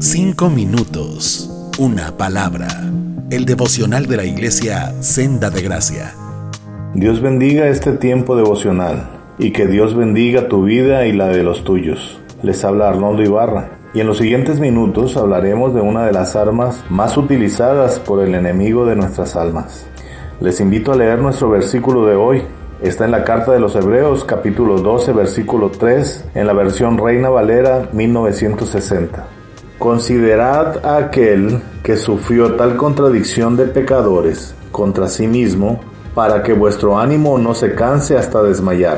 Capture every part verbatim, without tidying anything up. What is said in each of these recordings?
Cinco minutos, una palabra. El devocional de la Iglesia Senda de Gracia. Dios bendiga este tiempo devocional y que Dios bendiga tu vida y la de los tuyos. Les habla Arnoldo Ibarra y en los siguientes minutos hablaremos de una de las armas más utilizadas por el enemigo de nuestras almas. Les invito a leer nuestro versículo de hoy. Está en la carta de los Hebreos, capítulo doce, versículo tres, en la versión Reina Valera mil novecientos sesenta. Considerad a aquel que sufrió tal contradicción de pecadores contra sí mismo, para que vuestro ánimo no se canse hasta desmayar.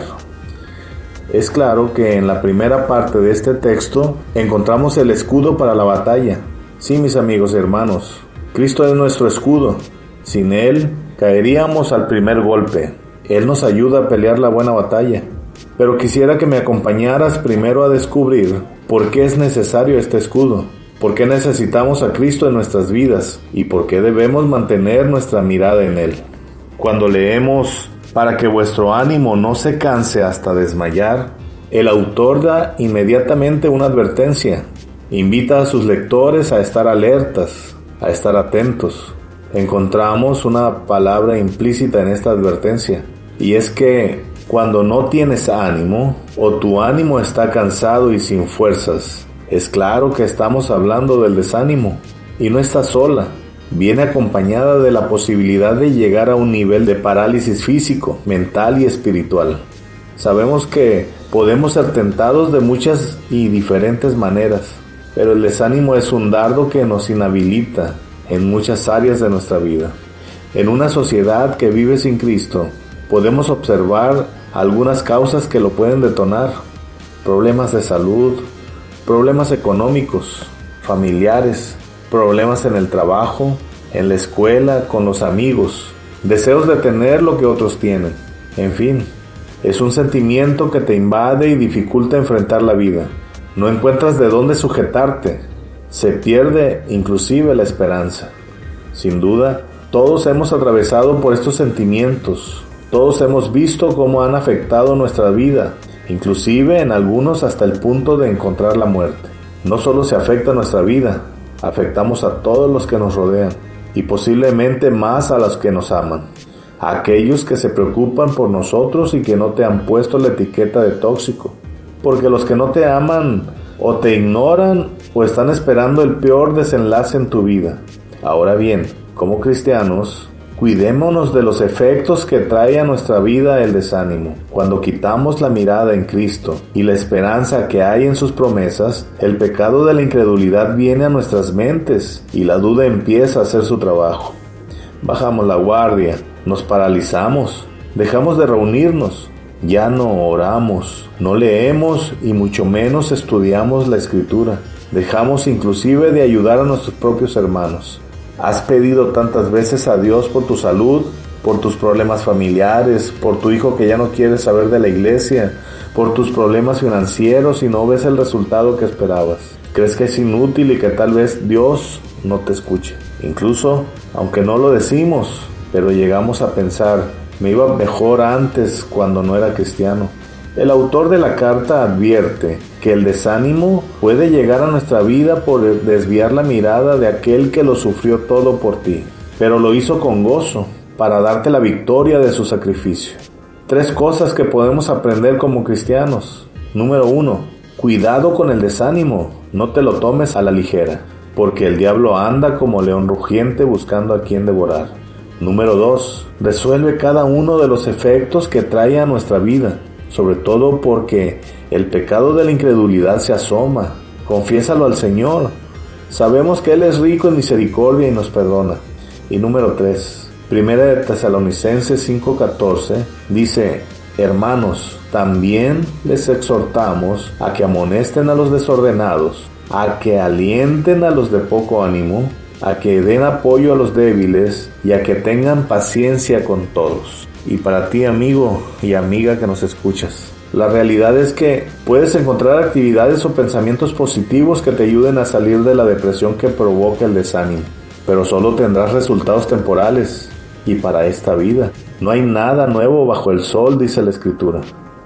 Es claro que en la primera parte de este texto encontramos el escudo para la batalla. Sí, mis amigos y hermanos, Cristo es nuestro escudo. Sin Él caeríamos al primer golpe. Él nos ayuda a pelear la buena batalla. Pero quisiera que me acompañaras primero a descubrir por qué es necesario este escudo, por qué necesitamos a Cristo en nuestras vidas y por qué debemos mantener nuestra mirada en Él. Cuando leemos, para que vuestro ánimo no se canse hasta desmayar, el autor da inmediatamente una advertencia. Invita a sus lectores a estar alertas, a estar atentos. Encontramos una palabra implícita en esta advertencia, y es que cuando no tienes ánimo o tu ánimo está cansado y sin fuerzas, es claro que estamos hablando del desánimo, y no está sola. Viene acompañada de la posibilidad de llegar a un nivel de parálisis físico, mental y espiritual. Sabemos que podemos ser tentados de muchas y diferentes maneras, pero el desánimo es un dardo que nos inhabilita en muchas áreas de nuestra vida. En una sociedad que vive sin Cristo, podemos observar algunas causas que lo pueden detonar: problemas de salud, problemas económicos, familiares, problemas en el trabajo, en la escuela, con los amigos, deseos de tener lo que otros tienen. En fin, es un sentimiento que te invade y dificulta enfrentar la vida. No encuentras de dónde sujetarte. Se pierde inclusive la esperanza. Sin duda, todos hemos atravesado por estos sentimientos. Todos hemos visto cómo han afectado nuestra vida, inclusive en algunos hasta el punto de encontrar la muerte. No solo se afecta nuestra vida, afectamos a todos los que nos rodean y posiblemente más a los que nos aman, a aquellos que se preocupan por nosotros y que no te han puesto la etiqueta de tóxico, porque los que no te aman o te ignoran o están esperando el peor desenlace en tu vida. Ahora bien, como cristianos, cuidémonos de los efectos que trae a nuestra vida el desánimo. Cuando quitamos la mirada en Cristo y la esperanza que hay en sus promesas, el pecado de la incredulidad viene a nuestras mentes y la duda empieza a hacer su trabajo. Bajamos la guardia, nos paralizamos, dejamos de reunirnos, ya no oramos, no leemos y mucho menos estudiamos la Escritura. Dejamos inclusive de ayudar a nuestros propios hermanos. ¿Has pedido tantas veces a Dios por tu salud, por tus problemas familiares, por tu hijo que ya no quiere saber de la iglesia, por tus problemas financieros y no ves el resultado que esperabas? ¿Crees que es inútil y que tal vez Dios no te escuche? Incluso, aunque no lo decimos, pero llegamos a pensar, me iba mejor antes cuando no era cristiano. El autor de la carta advierte que el desánimo puede llegar a nuestra vida por desviar la mirada de aquel que lo sufrió todo por ti, pero lo hizo con gozo para darte la victoria de su sacrificio. Tres cosas que podemos aprender como cristianos. Número uno, cuidado con el desánimo, no te lo tomes a la ligera, porque el diablo anda como león rugiente buscando a quien devorar. Número dos, resuelve cada uno de los efectos que trae a nuestra vida, sobre todo porque el pecado de la incredulidad se asoma. Confiésalo al Señor. Sabemos que Él es rico en misericordia y nos perdona. Y número tres, Primera de Tesalonicenses cinco catorce, dice: hermanos, también les exhortamos a que amonesten a los desordenados, a que alienten a los de poco ánimo, a que den apoyo a los débiles y a que tengan paciencia con todos. Y para ti, amigo y amiga que nos escuchas, la realidad es que puedes encontrar actividades o pensamientos positivos que te ayuden a salir de la depresión que provoca el desánimo, pero solo tendrás resultados temporales y para esta vida. No hay nada nuevo bajo el sol, dice la Escritura.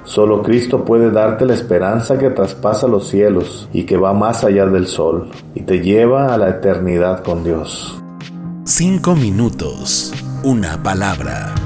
Solo Cristo puede darte la esperanza que traspasa los cielos y que va más allá del sol y te lleva a la eternidad con Dios. Cinco minutos, una palabra.